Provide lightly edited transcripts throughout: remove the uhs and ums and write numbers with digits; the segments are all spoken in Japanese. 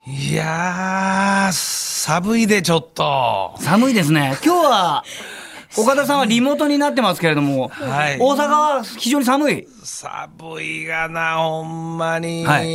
いやー、寒いでちょっと。 寒いですね。今日は岡田さんはリモートになってますけれども、 はい、 大阪は非常に寒い。 寒いがな、ほんまに。 はい、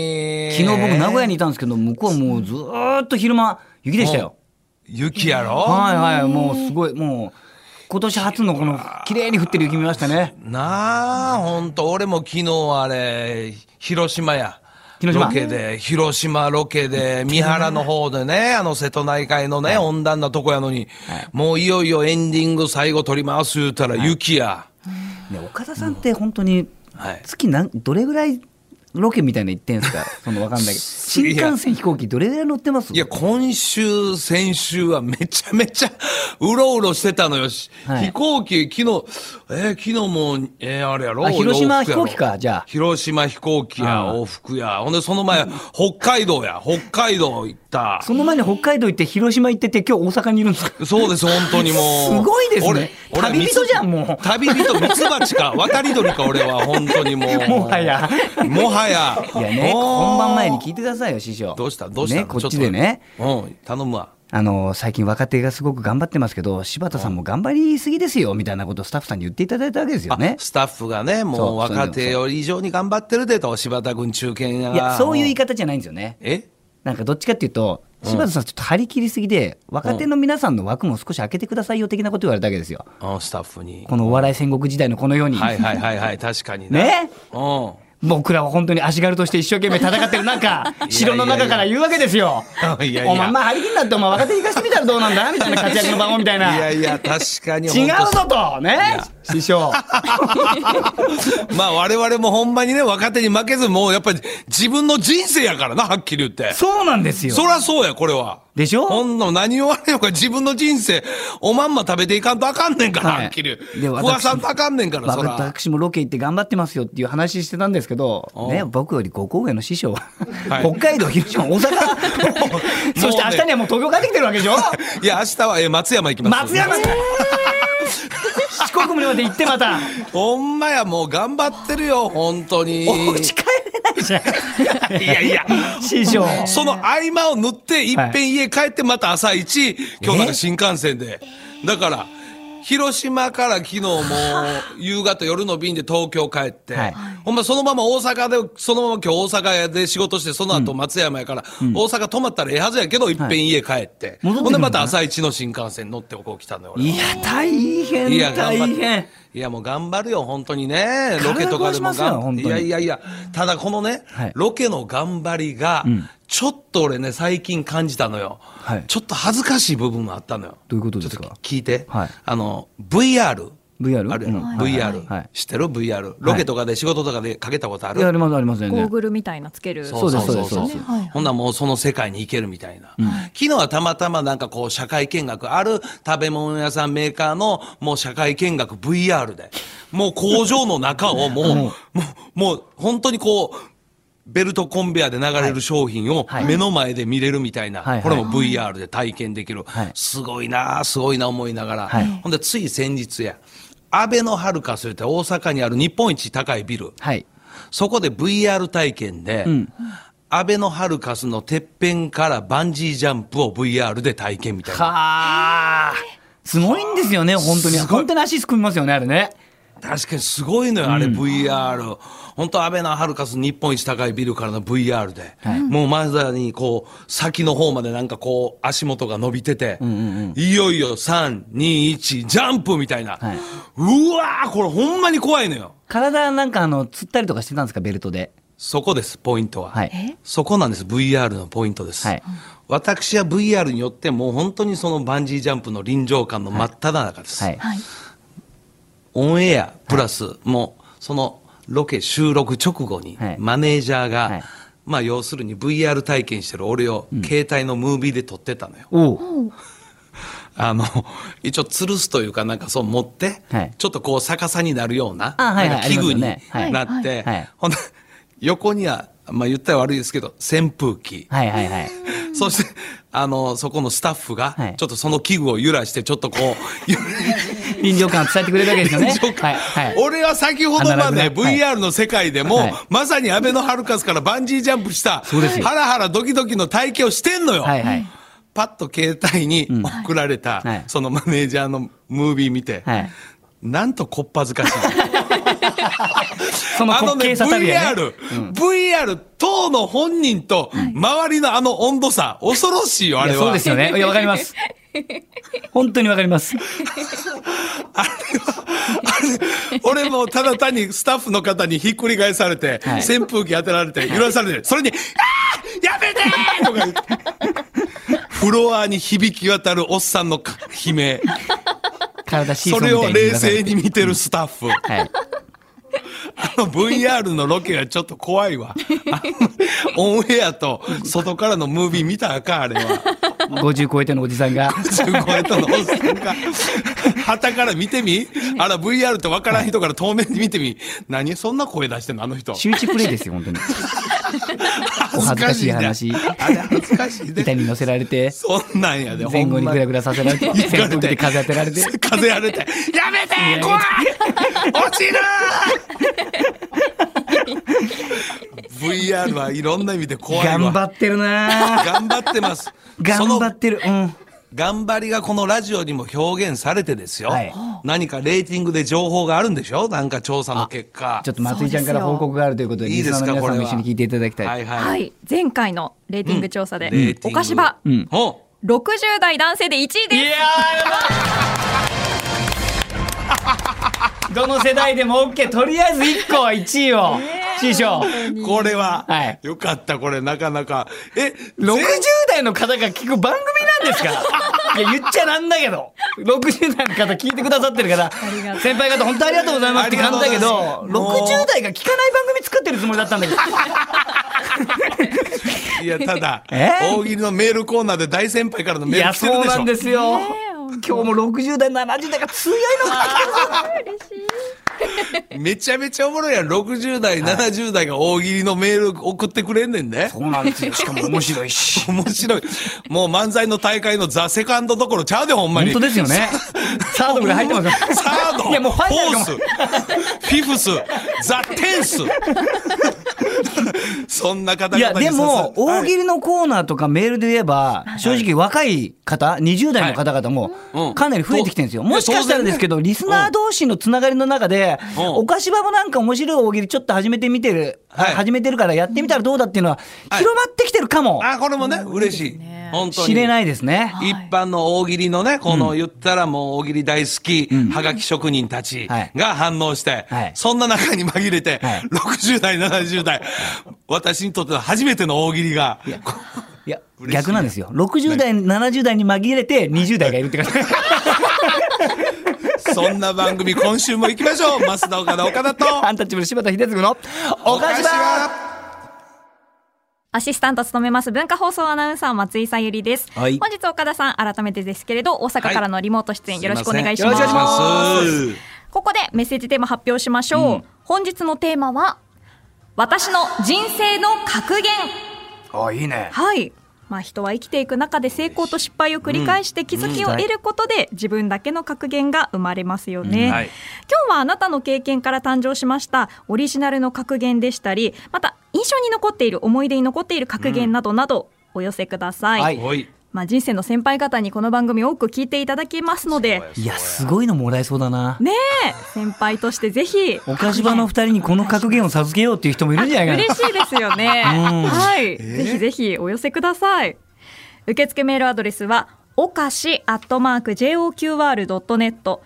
昨日僕名古屋にいたんですけど、向こうはもうずーっと昼間雪でしたよ。 雪やろ。 はいはい、もうすごい、もう今年初のこの綺麗に降ってる雪見ましたね。 なあ、ほんと俺も昨日あれ広島や。 広島ロケで、広島ロケで、三原の方でね、瀬戸内海のね、温暖なとこやのに、もういよいよエンディング最後撮ります言うたら雪や。 ね、岡田さんって本当に月どれぐらいロケみたいな行ってんすか。その分かんないけど、新幹線飛行機どれぐらい乗ってます？ いや、今週先週はめちゃめちゃうろうろしてたのよ。 はい、 飛行機昨日もあれやろ。 広島飛行機か。じゃあ広島飛行機や往復や。ほんでその前北海道行った。 その前に北海道行って広島行ってて、今日大阪にいるんですか？ そうです、本当にもうすごいですね。旅人じゃん。もう旅人、ミツバチか渡り鳥か。俺は本当にもうもはやいやね、本番前に聞いてくださいよ師匠。 どうしたね、こっちでね、 頼むわ。 最近若手がすごく頑張ってますけど、柴田さんも頑張りすぎですよみたいなことをスタッフさんに言っていただいたわけですよね。 スタッフがね、もう若手より以上に頑張ってるでと。柴田君中堅が。 いや、そういう言い方じゃないんですよね。なんかどっちかっていうと、柴田さんちょっと張り切りすぎで、若手の皆さんの枠も少し開けてくださいよ的なこと言われたわけですよ。 スタッフに。 このお笑い戦国時代のこのように。 はい確かにね。僕らは本当に足軽として一生懸命戦ってる中、城の中から言うわけですよ。お前張り切んなって、お前若手に行かしてみたらどうなんだみたいな、活躍の場をみたいな。 いや確かに違うぞとね、師匠。 まあ我々もほんまにね、若手に負けず、もうやっぱり自分の人生やからな、はっきり言って。 そうなんですよ。 そりゃそうや、これは。 でしょ。 ほんの何をあれよか、自分の人生おまんま食べていかんとあかんねんから、はっきり言う。食わさんとあかんねんから。そら私もロケ行って頑張ってますよっていう話してたんですけどね、僕より5個上の師匠は、北海道、広島、大阪そして明日にはもう東京帰ってきてるわけでしょ。 いや、明日は松山行きます。 松山四国まで行ってまた。 ほんまや、もう頑張ってるよ本当に。 お家帰れないじゃん。 いや師匠、 その合間を縫っていっぺん家帰ってまた朝一、今日なんか新幹線で、だから広島から昨日も夕方夜の便で東京帰って、ほんまそのまま大阪で、そのまま今日大阪で仕事して、その後松山やから、大阪泊まったらええはずやけど、いっぺん家帰って、ほんでまた朝一の新幹線乗ってここ来たのよ。 いや大変大変。 いやもう頑張るよ本当にね。ロケとかでもいやただこのね、ロケの頑張りがちょっと俺ね最近感じたのよ。ちょっと恥ずかしい部分があったのよ。 どういうことですか？ ちょっと聞いて。VR VR あるやん。VR 知ってる？ VR ロケとかで仕事とかでかけたことある？ ありますあります。 ゴーグルみたいなつける。 そうです。 ほんならもうその世界に行けるみたいな。昨日はたまたまなんかこう社会見学、ある食べ物屋さんメーカーのもう社会見学 VR で、もう工場の中をもう本当にこうベルトコンベヤで流れる商品を目の前で見れるみたいな、これも VR で体験できる。すごいな思いながら、ほんでつい先日やアベノハルカスといって大阪にある日本一高いビル、そこで VR 体験で、アベノハルカスのてっぺんからバンジージャンプを VR で体験みたいな。 はー、すごいんですよね本当に。本当に足すくみますよねあれね。 確かにすごいのよあれ VR。本当アベノハルカス日本一高いビルからの VR で、もうまさにこう先の方までなんかこう足元が伸びてて、いよいよ321ジャンプみたいな、うわーこれほんまに怖いのよ。 体なんかつったりとかしてたんですかベルトで？ そこですポイントは、そこなんです。 VR のポイントです、私は VR によってもう本当にそのバンジージャンプの臨場感の真っ只中です、オンエアプラス、もうそのロケ収録直後にマネージャーが、まあ要するに VR 体験してる俺を携帯のムービーで撮ってたのよ。一応吊るすというかなんかそう持って、ちょっとこう逆さになるような器具になって、ほんで横にはまあ言ったら悪いですけど、扇風機。 はいはいはい。 そして、そこのスタッフがはい、 ちょっとその器具を揺らして、ちょっとこう、 臨場感を伝えてくれるわけですよね。 臨場感はいはい。 俺は先ほどまでアナログな VR の世界でも、 はいまさにアベノハルカスからバンジージャンプした、 そうですよハラハラドキドキの体験をしてんのよ。 はいはい。 パッと携帯に送られた、 はいそのマネージャーのムービー見て、 はい。 なんとこっぱずかしい。 その滑稽さたるやね。 VR 当の本人と周りのあの温度差、恐ろしいよ、あれは。 そうですよね。いや、わかります。本当にわかります。 俺もただ単にスタッフの方にひっくり返されて、 はい扇風機当てられて、揺らされて、それに、やめてーとか言って、フロアに響き渡るおっさんの悲鳴。 体シーソそれをーみたいに冷静に見てるスタッフ。 はい。 VR のロケがちょっと怖いわ。オンエアと外からのムービー見たらあかん、あれは。 50超えてのおじさんが。 50超えたのおっさんが、旗から見てみ、あら VR って分からん人から遠目に見てみ、何そんな声出してんのあの人。 周知プレイですよ、本当に。お恥ずかしい話。 あれ恥ずかしいで。 板に乗せられて、 そんなんやで、 前後にグラグラさせられて、扇風機で風当てられて。 風当てて、やめて怖い落ちるVR はいろんな意味で怖いわ。 頑張ってるな頑張ってます。 頑張ってる。うん。 頑張りがこのラジオにも表現されてですよ、 はい、 何かレーティングで情報があるんでしょ、なんか調査の結果。 ちょっと松井ちゃんから報告があるということで、 いいですか、 リスナーの皆さんもこれは一緒に聞いていただきたい。 はいはい、 はい、前回のレーティング調査で、 レーティングおかしば、 ほ 60代男性で1位です。 いやーどの世代でも OK。 とりあえず1個は1位を師匠。 うこれは、 はい、 よかった。これなかなか 60代の方が聞く番組なんですかいや言っちゃなんだけど、60代の方聞いてくださってるから先輩方本当ありがとうございますって感じだけど、60代が聞かない番組作ってるつもりだったんだけどいやただ大喜利のメールコーナーで大先輩からのメール来てるでしょ。 いやそうなんですよ、今日も60代70代が強いのが嬉しい。 めちゃめちゃおもろいやん。60代、70代が大喜利のメール送ってくれんねんね。 そうなんですよ。しかも面白いし。 面白い。もう漫才の大会のザ・セカンドどころちゃうで、ほんまに。 本当ですよね。サードぐらい入ってますよ。 サード、 いやもうファイナルかも。 フォース、フィフス、ザ・テンス。そんな方々に。 いやでも大喜利のコーナーとかメールで言えば、正直若い方、20代の方々もかなり増えてきてるんですよ。もしかしたらですけど、リスナー同士のつながりの中で、おかしばもなんか面白い大喜利ちょっと始めてみてる、始めてるからやってみたらどうだっていうのは広まってきてるかも。 これもね、嬉しい。本当に。 知れないですね。 一般の大喜利のね、この言ったらもう大喜利大好き、はがき職人たちが反応して、そんな中に紛れて、60代、70代、私にとっては初めての大喜利が。 いや、逆なんですよ。60代、70代に紛れて20代がいるって感じ。 そんな番組今週も行きましょう。増田岡田岡田とアンタッチャブル柴田秀嗣のおかしば。 アシスタント務めます文化放送アナウンサー松井さゆりです、本日岡田さん改めてですけれど大阪からのリモート出演よろしくお願いします。ここでメッセージテーマ発表しましょう、本日のテーマは私の人生の格言。 いいね。 はい、人は生きていく中で成功と失敗を繰り返して気づきを得ることで自分だけの格言が生まれますよね、今日はあなたの経験から誕生しましたオリジナルの格言でしたり、また印象に残っている思い出に残っている格言などなどお寄せください、人生の先輩方にこの番組多く聞いていただきますので、 いやすごいのもらえそうだな。 ねえ、先輩としてぜひおかしばの2人にこの格言を授けようっていう人もいるんじゃないかな。 嬉しいですよね、はい、ぜひぜひお寄せください。受付メールアドレスはおかし@joqr.net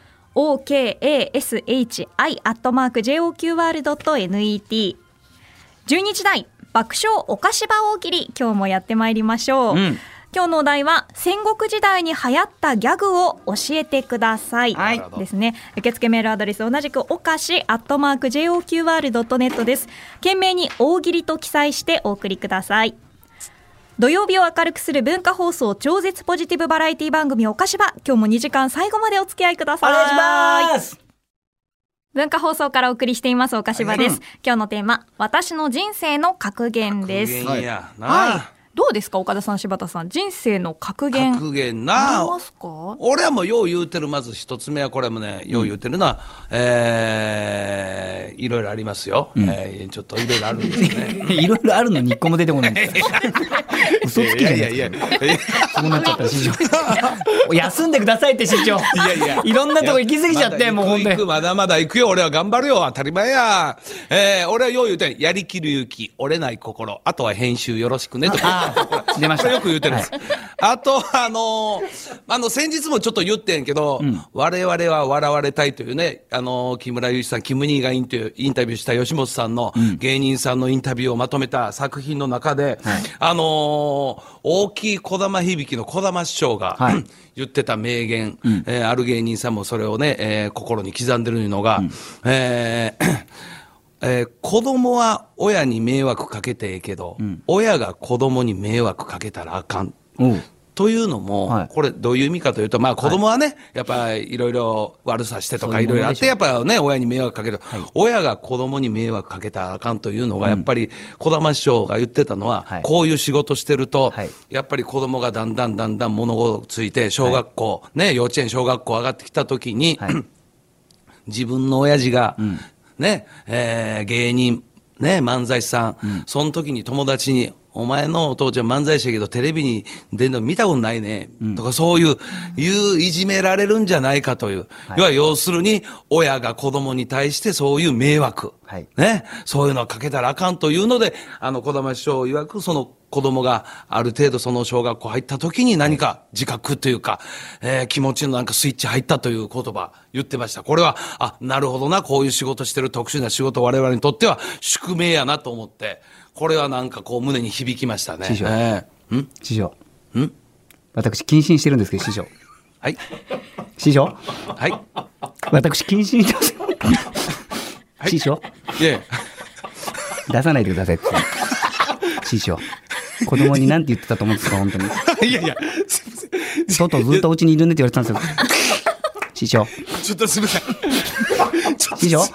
okashi@joqr.net 12時台爆笑おかしば大喜利、今日もやってまいりましょう、今日のお題は戦国時代に流行ったギャグを教えてください、ですね。受付メールアドレス同じくおかし@joqr.net です。懸命に大喜利と記載してお送りください。土曜日を明るくする文化放送超絶ポジティブバラエティ番組おかしば、今日も2時間最後までお付き合いください。 お願いします。 文化放送からお送りしていますおかしばです、今日のテーマ、私の人生の格言です。 格言やな、 はい、どうですか岡田さん、柴田さん、人生の格言格言な、 ありますか？ 俺はもうよう言うてる、まず一つ目はこれもね、よう言うてるのは、いろいろありますよ、ちょっといろいろあるんですねいろいろあるのに一個も出てこないんですよ嘘つきじゃないですか。そうなっちゃった師匠休んでくださいって師匠。いろんなとこ行き過ぎちゃって、もう本当にまだまだ行くよ、俺は頑張るよ、当たり前や。俺はよう言うて、やりきる勇気、折れない心、あとは編集よろしくねとか出ました。 これよく言うてるんです、あと先日もちょっと言ってんけど、我々は笑われたいというね、木村祐一さん、キム兄がインタビューした吉本さんの芸人さんのインタビューをまとめた作品の中で、大きい児玉響の児玉師匠が、言ってた名言、ある芸人さんもそれをね、心に刻んでるのが、子供は親に迷惑かけてええけど、親が子供に迷惑かけたらあかん。というのも、これどういう意味かというと、まあ子供はね、やっぱりいろいろ悪さしてとかいろいろあって、やっぱね、親に迷惑かける。親が子供に迷惑かけたらあかんというのが、やっぱり児玉師匠が言ってたのは、こういう仕事してると、やっぱり子供がだんだん物心ついて、小学校、ね、幼稚園、小学校上がってきた時に、自分の親父が、ね、芸人、ね、漫才師さん、その時に友達に、お前のお父ちゃん漫才師やけどテレビに出るの見たことないね、とかそういういじめられるんじゃないかという、要するに親が子供に対してそういう迷惑、ね、そういうのをかけたらあかんというので、児玉師匠曰くその子供がある程度その小学校入った時に何か自覚というか、気持ちのなんかスイッチ入ったという言葉言ってました。これは、なるほどな、こういう仕事してる特殊な仕事我々にとっては宿命やなと思って、これはなんかこう胸に響きましたね。 師匠。師匠。私、謹慎してるんですけど、師匠。 はい。 師匠。 はい。 私、謹慎してます。師匠。出さないでくださいって。師匠。子供に何て言ってたと思うんですか、本当に。 すいません。 外ずっとお家にいるねって言われてたんですよ。師匠。 ちょっとすみません。 師匠。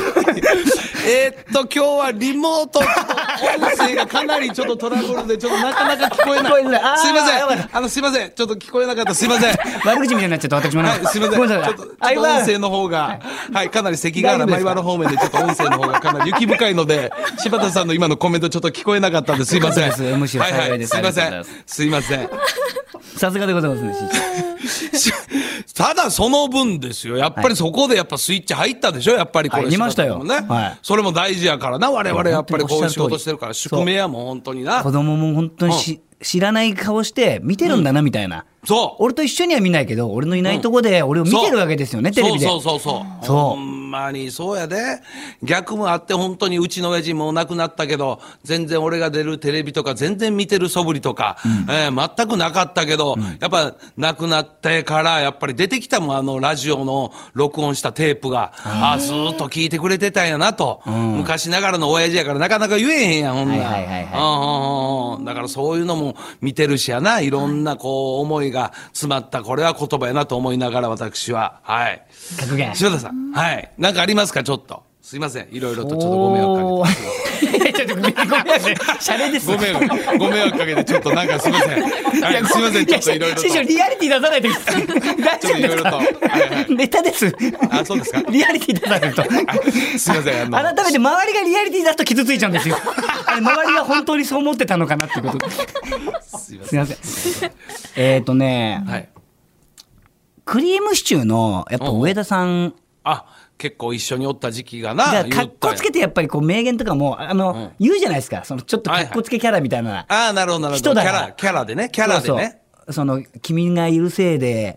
今日はリモート音声がかなりちょっとトラブルでちょっとなかなか聞こえない。すいません。すいません。ちょっと聞こえなかった。すいません。 悪口みたいになっちゃった私もね。 すいません。ちょっと音声の方がかなり関ヶ原前原方面でちょっと音声の方がかなり雪深いので、柴田さんの今のコメントちょっと聞こえなかったんですいません。 むしろ幸いです。 すいません。すいません。 さすがでございますね。 ただその分ですよ、やっぱりそこでやっぱスイッチ入ったでしょ、やっぱりこれ、 見ましたよ。 それも大事やからな、我々やっぱりこういう仕事してるから、宿命やもん、本当にな。 子供も本当に知らない顔して見てるんだなみたいな。俺と一緒には見ないけど、俺のいないとこで俺を見てるわけですよね、テレビで。 そうほんまにそうやで。逆もあって、本当にうちの親父も亡くなったけど、全然俺が出るテレビとか全然見てる素振りとか、全くなかったけど、やっぱ亡くなってからやっぱり出てきたもん、ラジオの録音したテープが、ずーっと聞いてくれてたんやなと、昔ながらの親父やからなかなか言えへんやん、ほんなだからそういうのも見てるしやな、いろんなこう思いが詰まったこれは言葉やなと思いながら、私は格言。 柴田さん、なんかありますか？ちょっとすいません、いろいろとちょっとご迷惑かけて。 ちょっとご迷惑、シャレです。 ご迷惑かけてちょっとなんかすいません。すいません、ちょっといろいろと。 師匠リアリティ出さないと。大丈夫ですか？ネタです。 そうですか。 リアリティ出さないと。 すいません。 改めて周りがリアリティ出すと傷ついちゃうんですよ。周りが本当にそう思ってたのかなってこと。すいません。クリームシチューのやっぱ上田さん。 結構一緒におった時期がな。 かっこつけてやっぱりこう名言とかも言うじゃないですか。そのちょっとかっこつけキャラみたいな。 なるほどなるほど。キャラでね。 その君がいるせいで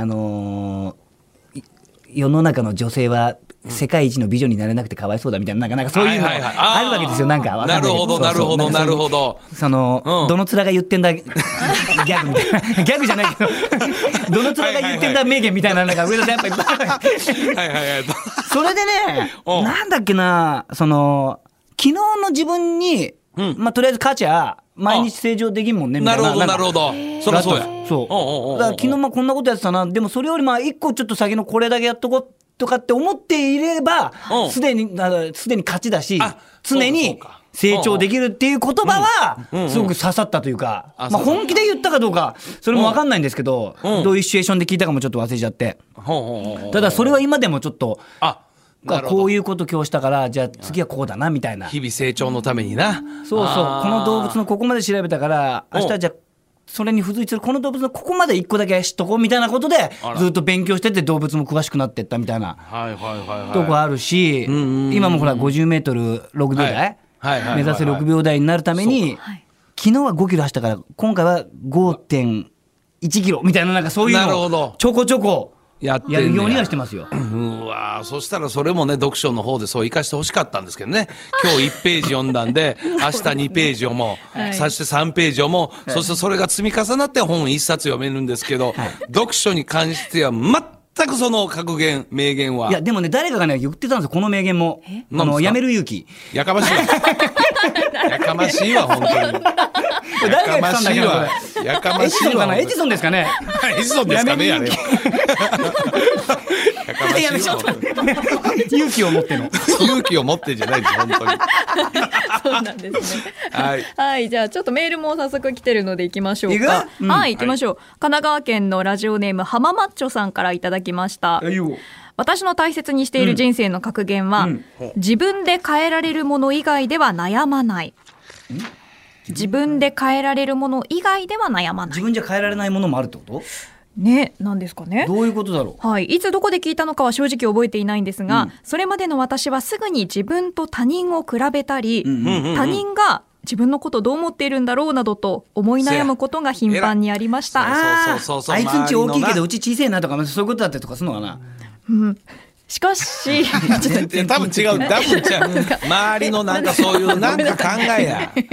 世の中の女性は世界一の美女になれなくてかわいそうだみたいな、なんかそういうのがあるわけですよ。なんかなるほどなるほどなるほど。 そのどの面が言ってんだギャグみたいな、ギャグじゃないけどどの面が言ってんだ名言みたいなのが上田さんやっぱりいっぱいある。それでね、なんだっけな、その昨日の自分にとりあえず勝ちゃ毎日正常できんもんねみたいな。 なるほどなるほど。そりゃそうや。 そうだから昨日こんなことやってたな、でもそれより一個ちょっと先のこれだけやっとこうとかって思っていればうんすでに勝ちだしあ常にそうか成長できるっていう言葉はすごく刺さったというか、まあ、本気で言ったかどうかそれも分かんないんですけど、どういうシチュエーションで聞いたかもちょっと忘れちゃって、ただそれは今でもちょっとこういうこと今日したからじゃあ次はこうだなみたいな、 日々成長のためにな。 そうそう、この動物のここまで調べたから明日じゃあそれに付随するこの動物のここまで一個だけ知っとこうみたいなことでずっと勉強してって動物も詳しくなっていったみたいなとこあるし、今もほら50メートル6秒台目指せ6秒台になるために昨日は5キロ走ったから今回は 5.1 キロみたいな、なんかそういうのをちょこちょこやるようにはしてますよ。 うわ、そしたらそれもね読書の方でそう生かしてほしかったんですけどね。今日1ページ読んだんで明日2ページ読もう、そして3ページ読もう、そしてそれが積み重なって本1冊読めるんですけど、読書に関しては全くその格言名言は。 いやでもね、誰かがね言ってたんですよ、この名言も。やめる勇気。 やかましいわやかましいわ本当に。 誰が言ってたんだけど、 やかましいわ。 エジソンですかね。 エジソンですかね、あれ。 勇気を持っての。 勇気を持ってじゃないです本当に。 そうなんですね。 はい、 はい、じゃあちょっとメールも早速来てるので行きましょうか。はい、行きましょう。神奈川県のラジオネーム浜マッチョさんからいただきました。私の大切にしている人生の格言は、自分で変えられるもの以外では悩まない。自分で変えられるもの以外では悩まない。 自分じゃ変えられないものもあるってことね、なんですかね。 どういうことだろう。 はい、いつどこで聞いたのかは正直覚えていないんですが、それまでの私はすぐに自分と他人を比べたり、他人が自分のことどう思っているんだろうなどと思い悩むことが頻繁にありました。 あいつんち大きいけどうち小さいなとかそういうことだったりとかするのかな。 しかし多分違う、周りのなんかそういうなんか考えやち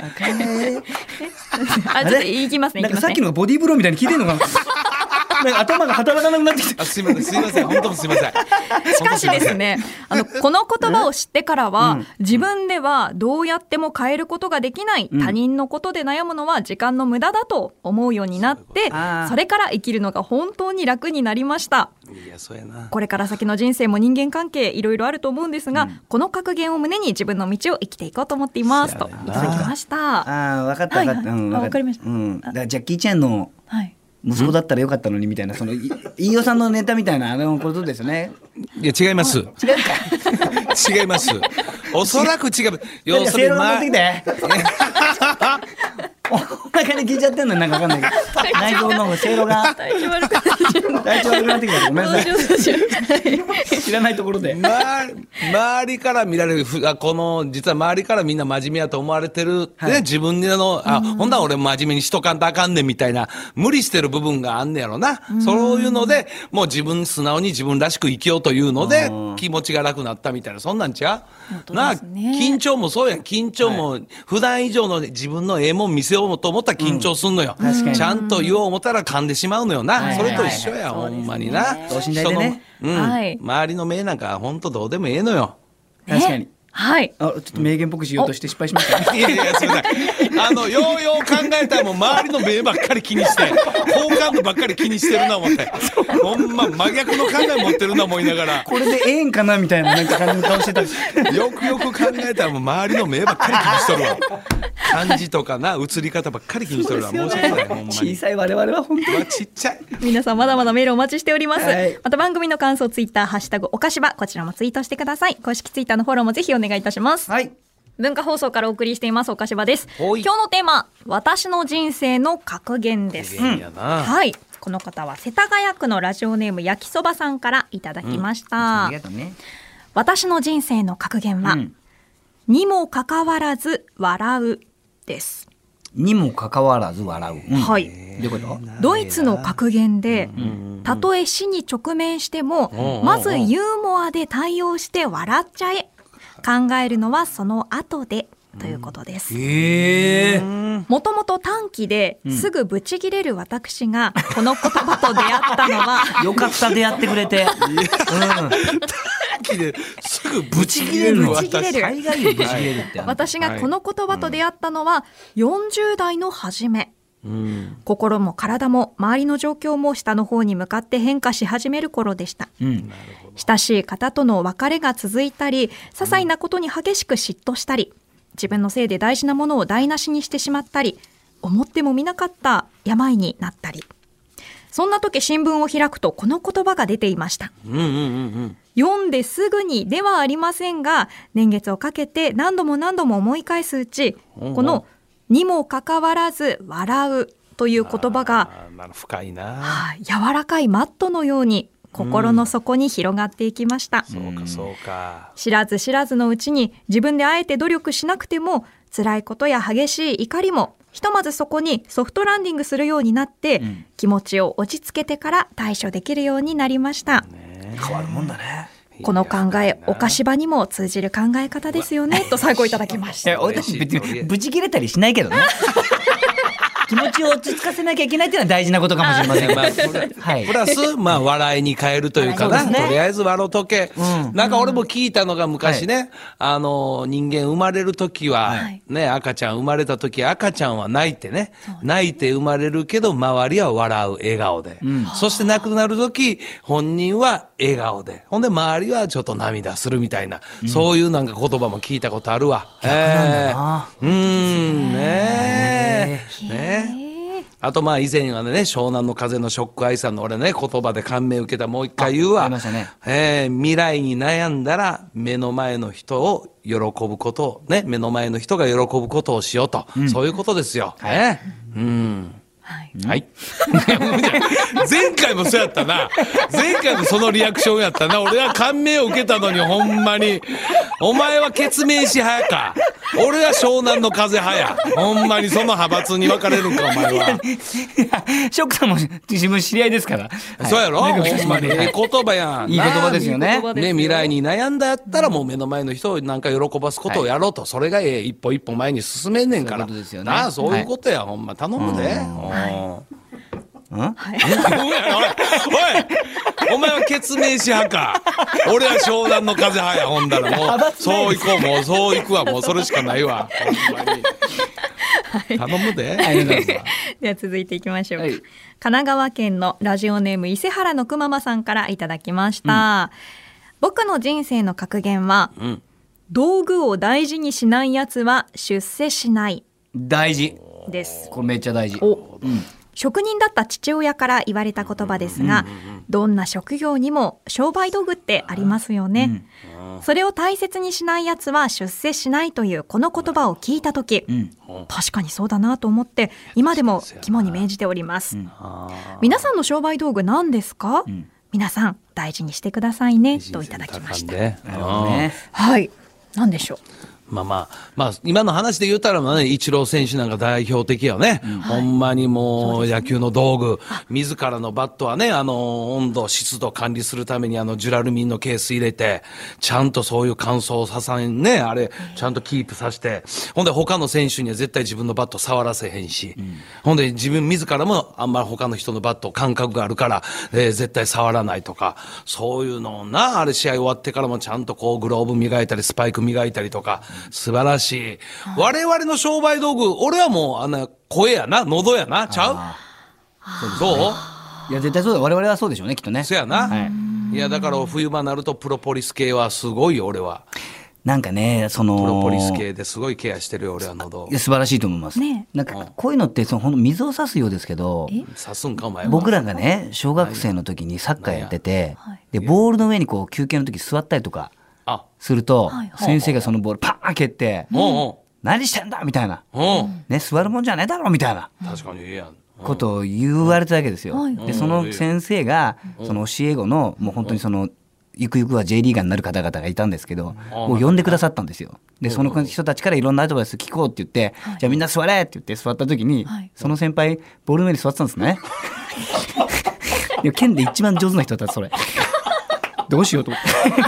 ょっと言いますね。 なんかさっきのボディーブローみたいに聞いてんのかな。なんか頭が働かなくなってきて。 すいません本当すいません。 しかしですね、この言葉を知ってからは、自分ではどうやっても変えることができない、他人のことで悩むのは時間の無駄だと思うようになって、それから生きるのが本当に楽になりました。 いやそうやな。 これから先の人生も人間関係いろいろあると思うんですが、この格言を胸に自分の道を生きていこうと思っていますといただきました。 分かった分かった。 分かりました。 だからジャッキー・チェンの息子だったらよかったのにみたいな、その飯尾さんのネタみたいなことですね。 いや違います。違います。おそらく違う。要するにお腹に聞いちゃってんのなんかわかんないけど、内臓のせいろが体調悪くなってきた。ごめんなさい。知らないところで周りから見られるこの実は周りからみんな真面目やと思われてる、ね、自分のほんなら俺も真面目にしとかんとあかんねんみたいな無理してる部分があんねやろな。そういうのでもう素直に自分らしく生きようというので気持ちが楽になったみたいな、そんなんちゃうな。緊張もそうやん。緊張も普段以上の自分のええもん見せようと思ったら緊張すんのよ。ちゃんと言おう思ったら噛んでしまうのよな。それと一緒やほんまにな。 人の周りの目なんか本当どうでもええのよ。 確かに。 はい。 ちょっと名言っぽくしようとして失敗しました。 いやすみません。よう考えたらもう周りの目ばっかり気にして好感度ばっかり気にしてるな思って、ほんま真逆の考え持ってるな思いながらこれでええんかなみたいななんか感じの顔してた。 よく考えたらもう周りの目ばっかり気にしとるわ。感じとかな映り方ばっかり気にしとるわ。申し訳ない。ほんまに小さい我々は本当にちっちゃい。 皆さんまだまだメールお待ちしております。また番組の感想ツイッターハッシュタグおかしば、こちらもツイートしてください。公式ツイッターのフォローもぜひお願いいたします。 はい。 文化放送からお送りしていますおかしばです。今日のテーマ、私の人生の格言です。はい。この方は世田谷区のラジオネーム焼きそばさんからいただきました。 ありがとうね。 私の人生の格言は、にもかかわらず笑うです。 にもかかわらず笑う。 はい。 どういうこと？ ドイツの格言で、たとえ死に直面しても、まずユーモアで対応して笑っちゃえ。考えるのはその後でということです。もともと短気ですぐブチギレる私がこの言葉と出会ったのはよかった、出会ってくれて。 すぐブチギレる私がこの言葉と出会ったのは40代の初め。 心も体も周りの状況も下の方に向かって変化し始める頃でした。親しい方との別れが続いたり、些細なことに激しく嫉妬したり、自分のせいで大事なものを台無しにしてしまったり、思ってもみなかった病になったり。そんな時新聞を開くとこの言葉が出ていました。読んですぐにではありませんが、年月をかけて何度も何度も思い返すうち、このにもかかわらず笑うという言葉が深いな、 柔らかいマットのように心の底に広がっていきました。 そうかそうか。 知らず知らずのうちに自分であえて努力しなくても、辛いことや激しい怒りもひとまずそこにソフトランディングするようになって、気持ちを落ち着けてから対処できるようになりました。 変わるもんだね。 この考え、お菓子場にも通じる考え方ですよねと最後いただきました。 俺たち別にブチ切れたりしないけどね。気持ちを落ち着かせなきゃいけないっていうのは大事なことかもしれません。 プラス、笑いに変えるというかな、とりあえず笑うとけ。なんか俺も聞いたのが昔ね、人間生まれるときは、ね、赤ちゃん生まれたとき、赤ちゃんは泣いてね、泣いて生まれるけど、周りは笑う、笑顔で。そして亡くなるとき、本人は笑顔で。ほんで、周りはちょっと涙するみたいな、そういうなんか言葉も聞いたことあるわ。あと以前はね、湘南の風のショックアイさんの俺ね、言葉で感銘を受けた、もう一回言うわ。未来に悩んだら目の前の人を喜ぶことをね、目の前の人が喜ぶことをしようと、そういうことですよ。はい。前回もそうやったな。前回もそのリアクションやったな。俺は感銘を受けたのに、ほんまに。お前はケツメイシ派か。俺は湘南の風派や。ほんまにその派閥に分かれるんか、お前は。 ショックさんも自分知り合いですから。 そうやろ、ほんまに。言葉やん。 いい言葉ですよね。 ね、未来に悩んだやったら、もう目の前の人をなんか喜ばすことをやろうと。それが一歩一歩前に進めんねんから。そういうことや。ほんま頼むで。おい、お前はケツメイシ派か。俺は湘南の風派や。ほんだらもうそういこう、もうそういくわ。もうそれしかないわ。ほんまに頼むで。 では続いていきましょう。神奈川県のラジオネーム伊勢原のくままさんからいただきました。僕の人生の格言は、道具を大事にしないやつは出世しない。 大事です。 これめっちゃ大事。 職人だった父親から言われた言葉ですが、どんな職業にも商売道具ってありますよね。それを大切にしないやつは出世しないというこの言葉を聞いたとき、確かにそうだなと思って今でも肝に銘じております。皆さんの商売道具何ですか？皆さん大事にしてくださいねといただきました。はい、何でしょう。 今の話で言ったらね、イチロー選手なんか代表的よね。ほんまにもう野球の道具、自らのバットはね、温度、湿度管理するためにジュラルミンのケース入れて、ちゃんとそういう乾燥させんね、あれ、ちゃんとキープさせて、ほんで他の選手には絶対自分のバット触らせへんし、ほんで自らもあんまり他の人のバット感覚があるから、絶対触らないとか、そういうのをな、あれ試合終わってからもちゃんとこうグローブ磨いたり、スパイク磨いたりとか、素晴らしい。我々の商売道具、俺はもう声やな、喉やな、ちゃう？どう？ いや絶対そうだ。我々はそうでしょうね、きっとね。 そうやな。いやだから冬場になるとプロポリス系はすごいよ、俺は。 なんかね、プロポリス系ですごいケアしてるよ、俺は喉。 素晴らしいと思います。なんかこういうのってほんと水を差すようですけど、 差すんかお前は。 僕らがね、小学生の時にサッカーやってて、でボールの上にこう休憩の時座ったりとかすると、先生がそのボールパーン蹴って、何してんだみたいな、ね、座るもんじゃねえだろみたいなことを言われたわけですよ。でその先生がその教え子のもう本当にそのゆくゆくは J リーガーになる方々がいたんですけど、もう呼んでくださったんですよ。でその人たちからいろんなアドバイス聞こうって言って、じゃあみんな座れって言って座った時に、その先輩ボールの上に座ってたんですね。いや県で一番上手な人だったそれ。どうしようと思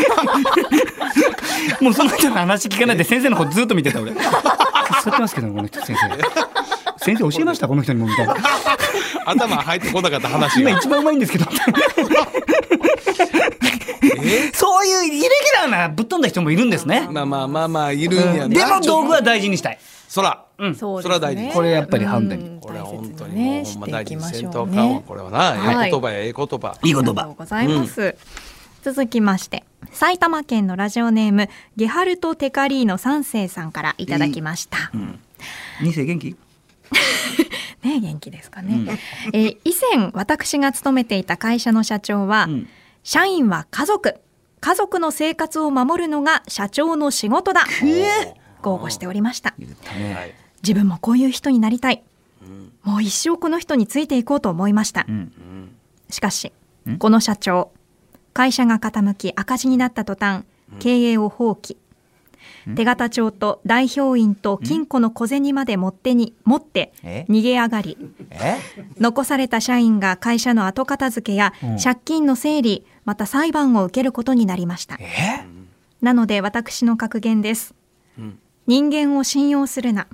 ってもうその人の話聞かないで先生の方ずっと見てた俺。座ってますけどこの人先生教えましたこの人にもみたいな。 頭入ってこなかった話が今一番うまいんですけどそういうイレギュラーなぶっ飛んだ人もいるんですね。 まあいるんやな。 でも道具は大事にしたい。 そら、 そうですね、 それは大事。 これやっぱり判断。 これは本当にねもうほんま大事にせんしてとあかんわ。 いきましょうねこれはな、ええ言葉やええ言葉。 いい言ありがとう葉。 ございます、続きまして埼玉県のラジオネームゲハルト・テカリーノ3世さんからいただきました、 2世元気？ ね、元気ですかね、以前私が勤めていた会社の社長は、社員は家族の生活を守るのが社長の仕事だ、豪語しておりました。 はい自分もこういう人になりたい、もう一生この人についていこうと思いました、しかしこの社長、会社が傾き赤字になった途端経営を放棄、手形帳と代表員と金庫の小銭まで持って逃げ上がり、残された社員が会社の後片付けや借金の整理、また裁判を受けることになりました。なので私の格言です、人間を信用するな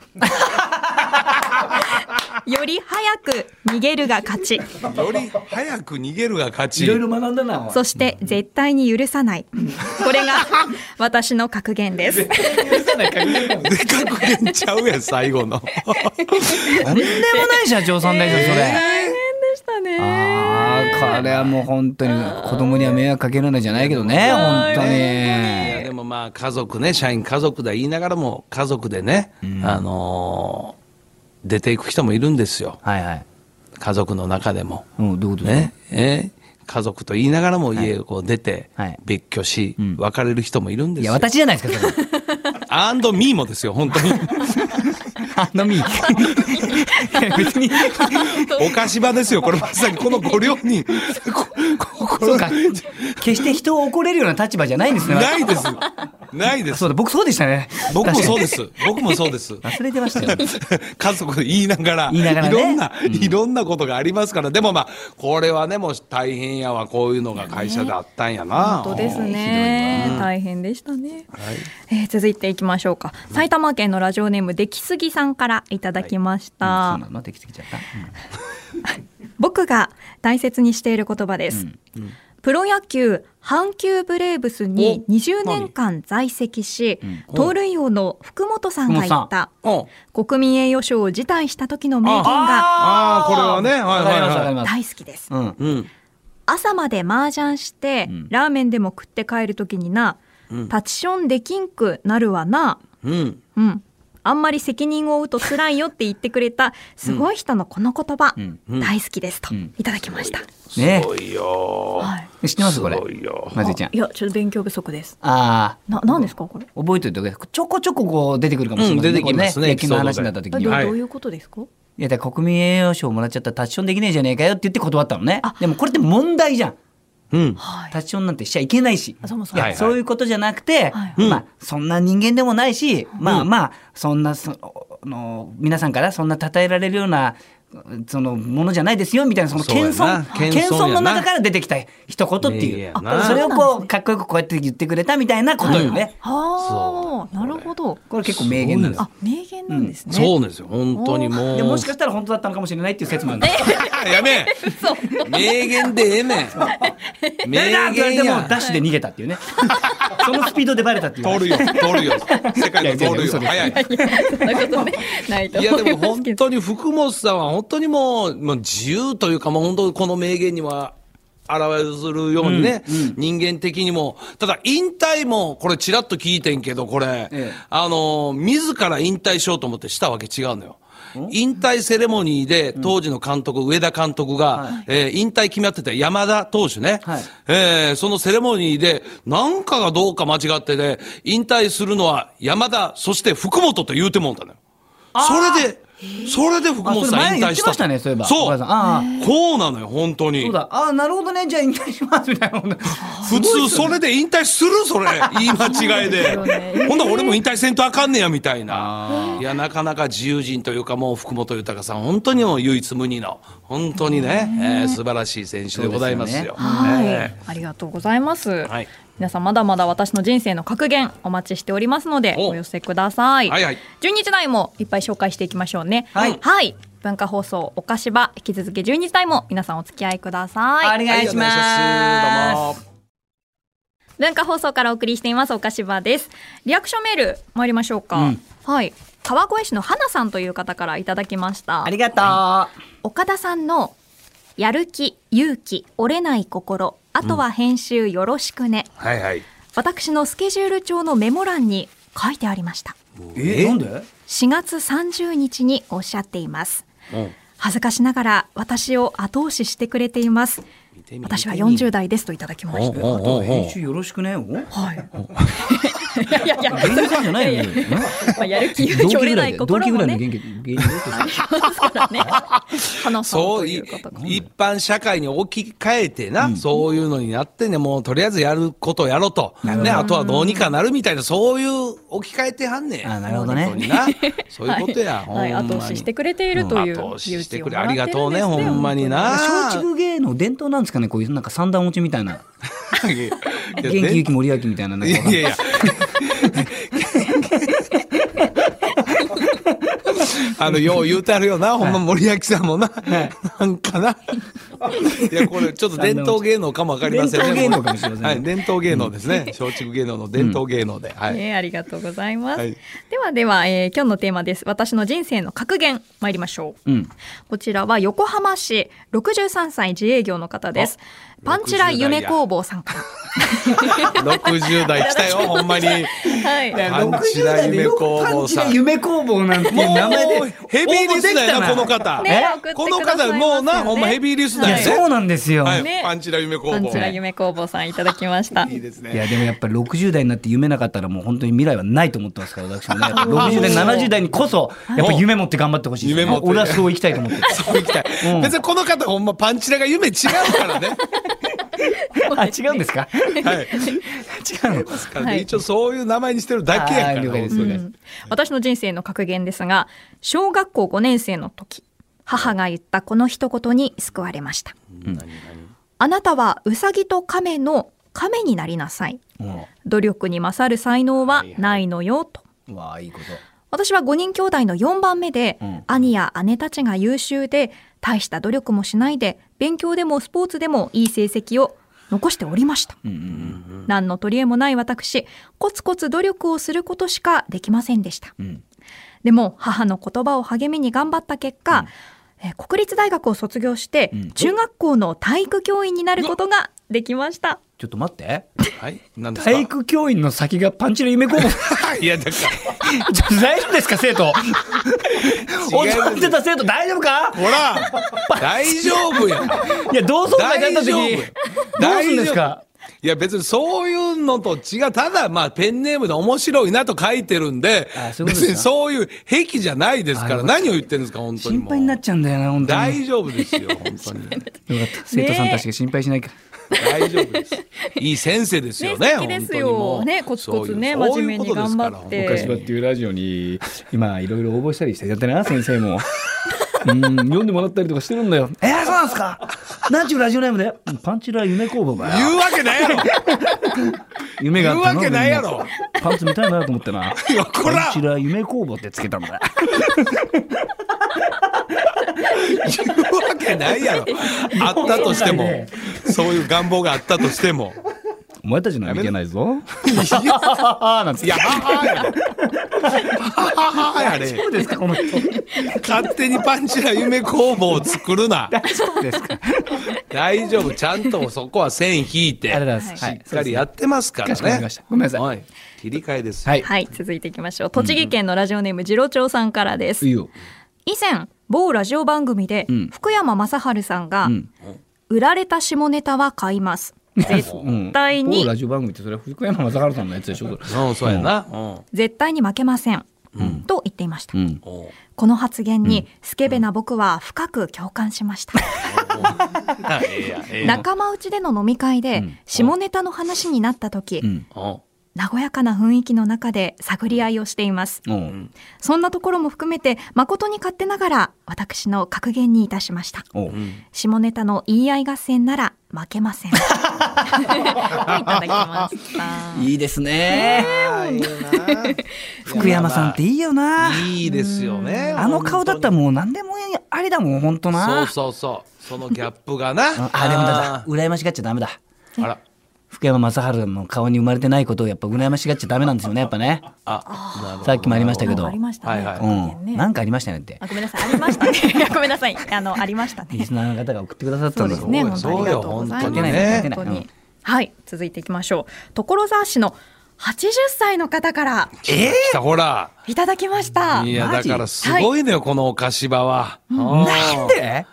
より早く逃げるが勝ち、 より早く逃げるが勝ち。 いろいろ学んだな。 そして絶対に許さない、これが私の格言ですで格言ちゃうやん最後の。 とんでもない社長さんだよそれ。 大変でしたね。 これはもう本当に子供には迷惑かけるんじゃないけどね、本当に。 いやでもまあ家族ね、社員家族だ言いながらも家族でね、出ていく人もいるんですよ。 はいはい。 家族の中でも。 どういうことですか？ ね、家族と言いながらも家をこう出てはい別居し、別れる人もいるんですよ。 いや私じゃないですかそれ。 アンドミーもですよ本当に。 ミー。別に。 お菓子場ですよこれまさにこのご両人。 そうか。決して人を怒れるような立場じゃないんですね。 ないです。ないです。 そうだ、僕そうでしたね。 僕もそうです。僕もそうです。 忘れてましたよ。 家族で言いながら、 ね、 いろんなことがありますから、でもまあこれはねもう大変やわ、こういうのが会社であったんやな。 本当ですね。大変でしたね。続いていきましょうか。埼玉県のラジオネームできすぎさんからいただきました。 そうなの？できすぎちゃった。 僕が大切にしている言葉です。プロ野球阪急ブレーブスに20年間在籍し、盗塁王の福本さんが言った国民栄誉賞を辞退した時の名言が、 これはね、 大好きです。朝まで麻雀してラーメンでも食って帰る時にな、タチションできんくなるわな、あんまり責任を負うと辛いよって言ってくれたすごい人のこの言葉、大好きですといただきました。 ね、 すごいよ、 知ってますこれ？まずちゃん。 いやちょっと勉強不足です。 何ですかこれ？ 覚えておいてください。ちょこちょここう出てくるかもしれませんね。 出てきますね。 野球の話になった時には。 どういうことですか？ いやだから国民栄誉賞もらっちゃったらタッチションできねえじゃねえかよって言って断ったのね。でもこれって問題じゃん。タッチションなんてしちゃいけないし、そういうことじゃなくて、まあそんな人間でもないし、まあそんな皆さんからそんな称えられるようなそのものじゃないですよみたいな、その謙遜の中から出てきた一言っていう、それをこうかっこよくこうやって言ってくれたみたいなことよね。 なるほど。 これ結構名言なんです。 名言なんですね。 そうですよ本当にもう。 でもしかしたら本当だったのかもしれないっていう説もあるんです。 やめえ。名言でええねん。 名言でもダッシュで逃げたっていうね。そのスピードでバレたっていう。 通るよ。世界の通るよ。早い。 そんなことねないと思いますけど。 いやでも本当に福本さんは本当にもう自由というか、もう本当にこの名言には表するようにね、人間的にも。ただ引退もこれちらっと聞いてんけど、これ、自ら引退しようと思ってしたわけ違うのよ。引退セレモニーで当時の監督、上田監督が、引退決まってた山田投手ね、そのセレモニーでなんかがどうか間違ってで、引退するのは山田そして福本と言うてもんだのよ。それで福本さん引退した。 言ってましたね、そういえば。 そう。こうなのよ、本当に。 そうだ。なるほどね。じゃあ引退しますみたいな。 普通それで引退するそれ。言い間違いで。ほんなら俺も引退せんとあかんねやみたいな。いや、なかなか自由人というか、もう福本豊さん、本当にもう唯一無二の、本当にね、素晴らしい選手でございますよ。 ありがとうございます。皆さんまだまだ私の人生の格言お待ちしておりますのでお寄せください。12時台もいっぱい紹介していきましょうね。文化放送おかしば、引き続き12時台も皆さんお付き合いください。 お願いします。 文化放送からお送りしていますおかしばです。リアクションメール参りましょうか。はい、川越市の花さんという方からいただきました。 ありがとう。 岡田さんのやる気、勇気、折れない心、あとは編集よろしくね、 はいはい。 私のスケジュール帳のメモ欄に書いてありました。 なんで 4月30日におっしゃっています。恥ずかしながら私を後押ししてくれています。私は40代ですといただきました。 編集よろしくね。はいいや元気さんじゃないよ。 やる気勇気折れない心もね。 そう一般社会に置き換えてな、そういうのになってね、もうとりあえずやることをやろうと、ね、あとはどうにかなるみたいな、そういう置き換えてはんねん。 なるほどね。 そういうことや。 後押ししてくれているという後押ししてくれ、ありがとうね、ほんまにな。 松竹芸能伝統なんですかね、こういうなんか三段落ちみたいな。元気勇気森脇みたいな。いやいや。 よう言うてあるよな、ほんま森脇さんもな、なんかな。いや、これちょっと伝統芸能かもわかりませんね。 伝統芸能かもしれません。 はい、伝統芸能ですね。松竹芸能の伝統芸能で。 ありがとうございます。では、今日のテーマです。私の人生の格言参りましょう。こちらは横浜市63歳自営業の方です。パンチラ夢工房さんから。 60代来たよ、ほんまに。はい。 パンチラ夢工房さん。パンチラ夢工房なんていう名前で。 ヘビーリスナーやな、この方。この方、もうな、ほんまヘビーリスナーやね。 そうなんですよ。 パンチラ夢工房。 パンチラ夢工房さんいただきました。 いいですね。 いや、でもやっぱり60代になって夢なかったらもう本当に未来はないと思ってますから、私もね。60代、70代にこそ、やっぱ夢持って頑張ってほしい。俺はそう生きたいと思って。 そう生きたい。別にこの方、ほんまパンチラが夢違うからね。 違うんですか。はい。違うですからね。一応そういう名前にしてるだけやから。 私の人生の格言ですが、小学校5年生の時、母が言ったこの一言に救われました。あなたはウサギとカメの亀になりなさい。努力に勝る才能はないのよと。 わあ、いいこと。 私は5人兄弟の4番目で、兄や姉たちが優秀で大した努力もしないで勉強でもスポーツでもいい成績を残しておりました。何の取り柄もない私、コツコツ努力をすることしかできませんでした。でも母の言葉を励みに頑張った結果、国立大学を卒業して中学校の体育教員になることができました。 ちょっと待って。 はい。何ですか。 体育教員の先がパンチラ夢工房。 いや、だから。 大丈夫ですか、生徒。踊ってた生徒大丈夫か。 ほら。大丈夫や。 いや、同窓会だった時。どうするんですか。 いや、別にそういうのと違う。ただ、まあ、ペンネームで面白いなと書いてるんで、別にそういう癖じゃないですから、何を言ってるんですか、本当に。 心配になっちゃうんだよな、本当に。 大丈夫ですよ、本当に。よかった。 生徒さんたちが心配しないから。 大丈夫です。いい先生ですよね。 素敵ですよ。ね、コツコツね、真面目に頑張って。 おかしばっていうラジオに、今いろいろ応募したりしてやってな、先生も。読んでもらったりとかしてるんだよ。そうなんですか。なんちゅうラジオネームで。パンチラ夢工房だよ。 言うわけないやろ。 夢があった言うわけないやろ。 パンツ見たいなと思ってな。パンチラ夢工房ってつけたんだ。 言うわけないやろ。あったとしても、そういう願望があったとしても。 お前たちのはいけないぞ。 いや、母やれ。母やれ。 そうですか、この人。 勝手にパンチラ夢工房を作るな。 大丈夫ですか。 大丈夫。ちゃんとそこは線引いて、しっかりやってますからね。 ごめんなさい。 切り替えです。 はい、続いていきましょう。栃木県のラジオネーム次郎長さんからです。以前、某ラジオ番組で福山雅治さんが、売られた下ネタは買います。絶対に、 ラジオ番組ってそれは福山雅治さんのやつでしょ。 そうやな。 絶対に負けません、と言っていました。この発言にスケベな僕は深く共感しました。仲間内での飲み会で下ネタの話になった時、和やかな雰囲気の中で探り合いをしています。そんなところも含めて誠に勝手ながら私の格言にいたしました。下ネタの言い合い合戦なら負けません。といただきました。 いいですね。福山さんっていいよな。 いいですよね。 あの顔だったらもう何でもありだもん、本当な。 そう。そのギャップがな。 でも羨ましがっちゃダメだ。 あら。 福山雅治の顔に生まれてないことをやっぱ羨ましがっちゃダメなんですよねやっぱね。さっきもありましたけど、 ありましたね。 なんかありましたねって。 ごめんなさい、ありましたね。ごめんなさい、ありましたね。 リスナーの方が送ってくださったんですね。本当にありがとうございます。本当に。はい、続いていきましょう。所沢市の80歳の方からほらいただきました。 いやだからすごいのよ、このお菓子場は。 なんで？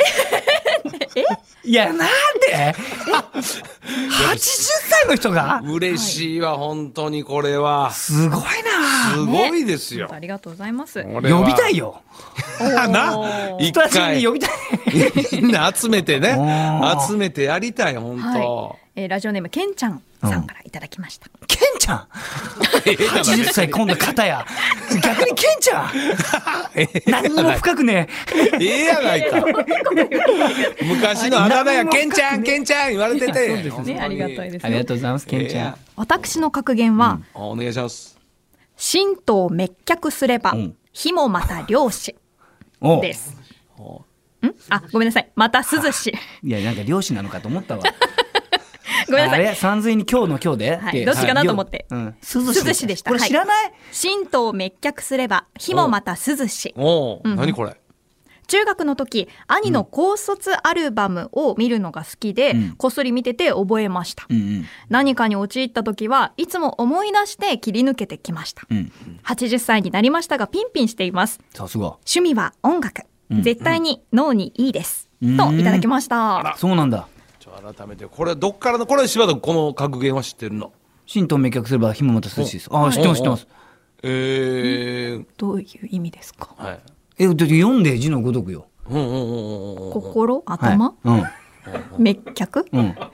いやなんで？80歳の人が？ 嬉しいわ本当にこれは。 すごいな。 すごいですよ。 ありがとうございます。 呼びたいよ。一回呼びたい。 みんな集めてね、集めてやりたい本当。 ラジオネームけんちゃんさんからいただきました。 けんちゃん。80歳今度肩や。逆にけんちゃん。何にも深くねえ。やないか。昔のあだ名やけんちゃんけんちゃん言われてて。 ありがたいです。 ありがとうございますけんちゃん。 私の格言はお願いします。 神道滅却すれば火もまた漁師です。ごめんなさい、また涼し。 いやなんか漁師なのかと思ったわ。 ごめんなさい。 あれ山水に今日の今日で、 どっちかなと思って。涼しでした。 これ知らない？ 神道を滅却すれば火もまた涼し。 何これ？ 中学の時兄の高卒アルバムを見るのが好きで、こっそり見てて覚えました。何かに陥った時はいつも思い出して切り抜けてきました。80歳になりましたがピンピンしています。 さすが。 趣味は音楽。絶対に脳にいいです。といただきました。 そうなんだ。 改めてこれどっからのこれ柴田この格言は知ってるの？ 神道滅却すれば火もまた涼しいです。知ってます知ってます。 どういう意味ですか？ だって読んで字のごとくよ。 心頭滅却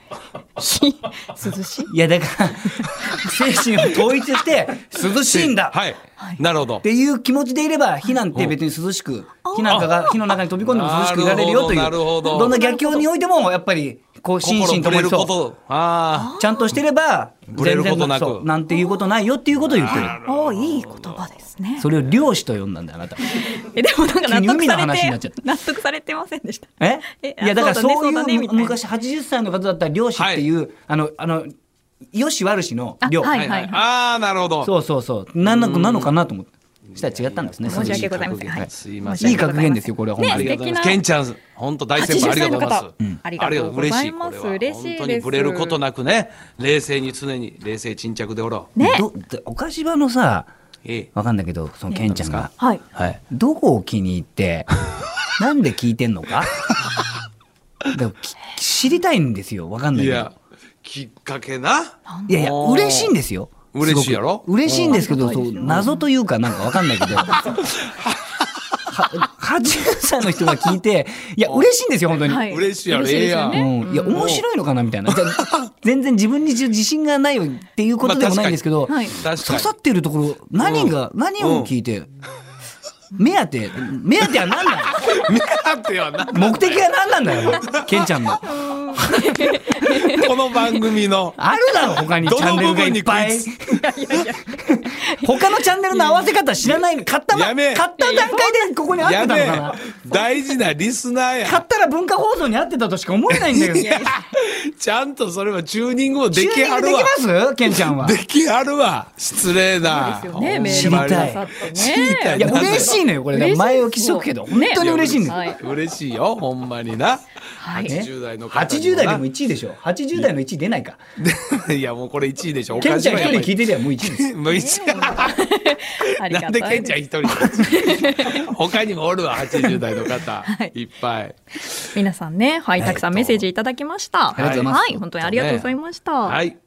涼しい。 いやだから精神を統一して涼しいんだ。 なるほど。 っていう気持ちでいれば火なんて別に涼しく火なんかが火の中に飛び込んでも涼しくいられるよという。どんな逆境においてもやっぱりこう心身ともにそうちゃんとしてれば全然そうなんていうことないよっていうことを言ってる。 いい言葉ですね。 それを漁師と呼んだんだよあなた。 でもなんか納得されてませんでした。 いやだからそういう昔80歳の方だったら漁師っていうよし悪しの漁。 なるほど。 そうなのかなと思って。したら違ったんですね。 申し訳ございません。 すいません。 いい格言ですよこれは。 ありがとうございます。ケンちゃん本当大先輩ありがとうございます。 ありがとうございます。嬉しいです。 本当にブレることなくね、冷静に常に冷静沈着でおろ。 お菓子場のさ、わかんないけどそのケンちゃんがどこを気に入ってなんで聞いてんのか。知りたいんですよ。わかんないけど。 きっかけな。 いや嬉しいんですよ。 嬉しいやろ。 嬉しいんですけど謎というかなんかわかんないけど80歳の人が聞いていや嬉しいんですよ本当に。 嬉しいやろ。いや面白いのかなみたいな。全然自分に自信がないっていうことでもないんですけど刺さってるところ何を聞いて目当ては何なの。目的は何なんだよケンちゃんの。 この番組のあるだろ他にチャンネルがいっぱい。他のチャンネルの合わせ方知らない。買った段階でここに合ってたのかな。 大事なリスナーや。 買ったら文化放送に合ってたとしか思えないんだけど。 ちゃんとそれはチューニングもできはるわ。 できますケンちゃんは。 できはるわ。失礼な。 知りたい。いや嬉しいのよこれ。前置きしとくけど本当に嬉しいんですよ。 嬉しいよほんまにな。80代の方 80代でも1位でしょ。80代の1位出ないか。 いやもうこれ1位でしょ。 ケンちゃん一人聞いてりゃもう1位です。 もう1位。なんでケンちゃん一人。他にもおるわ80代の方いっぱい。 皆さんねたくさんメッセージいただきました。 ありがとうございます。 本当にありがとうございました。 はい。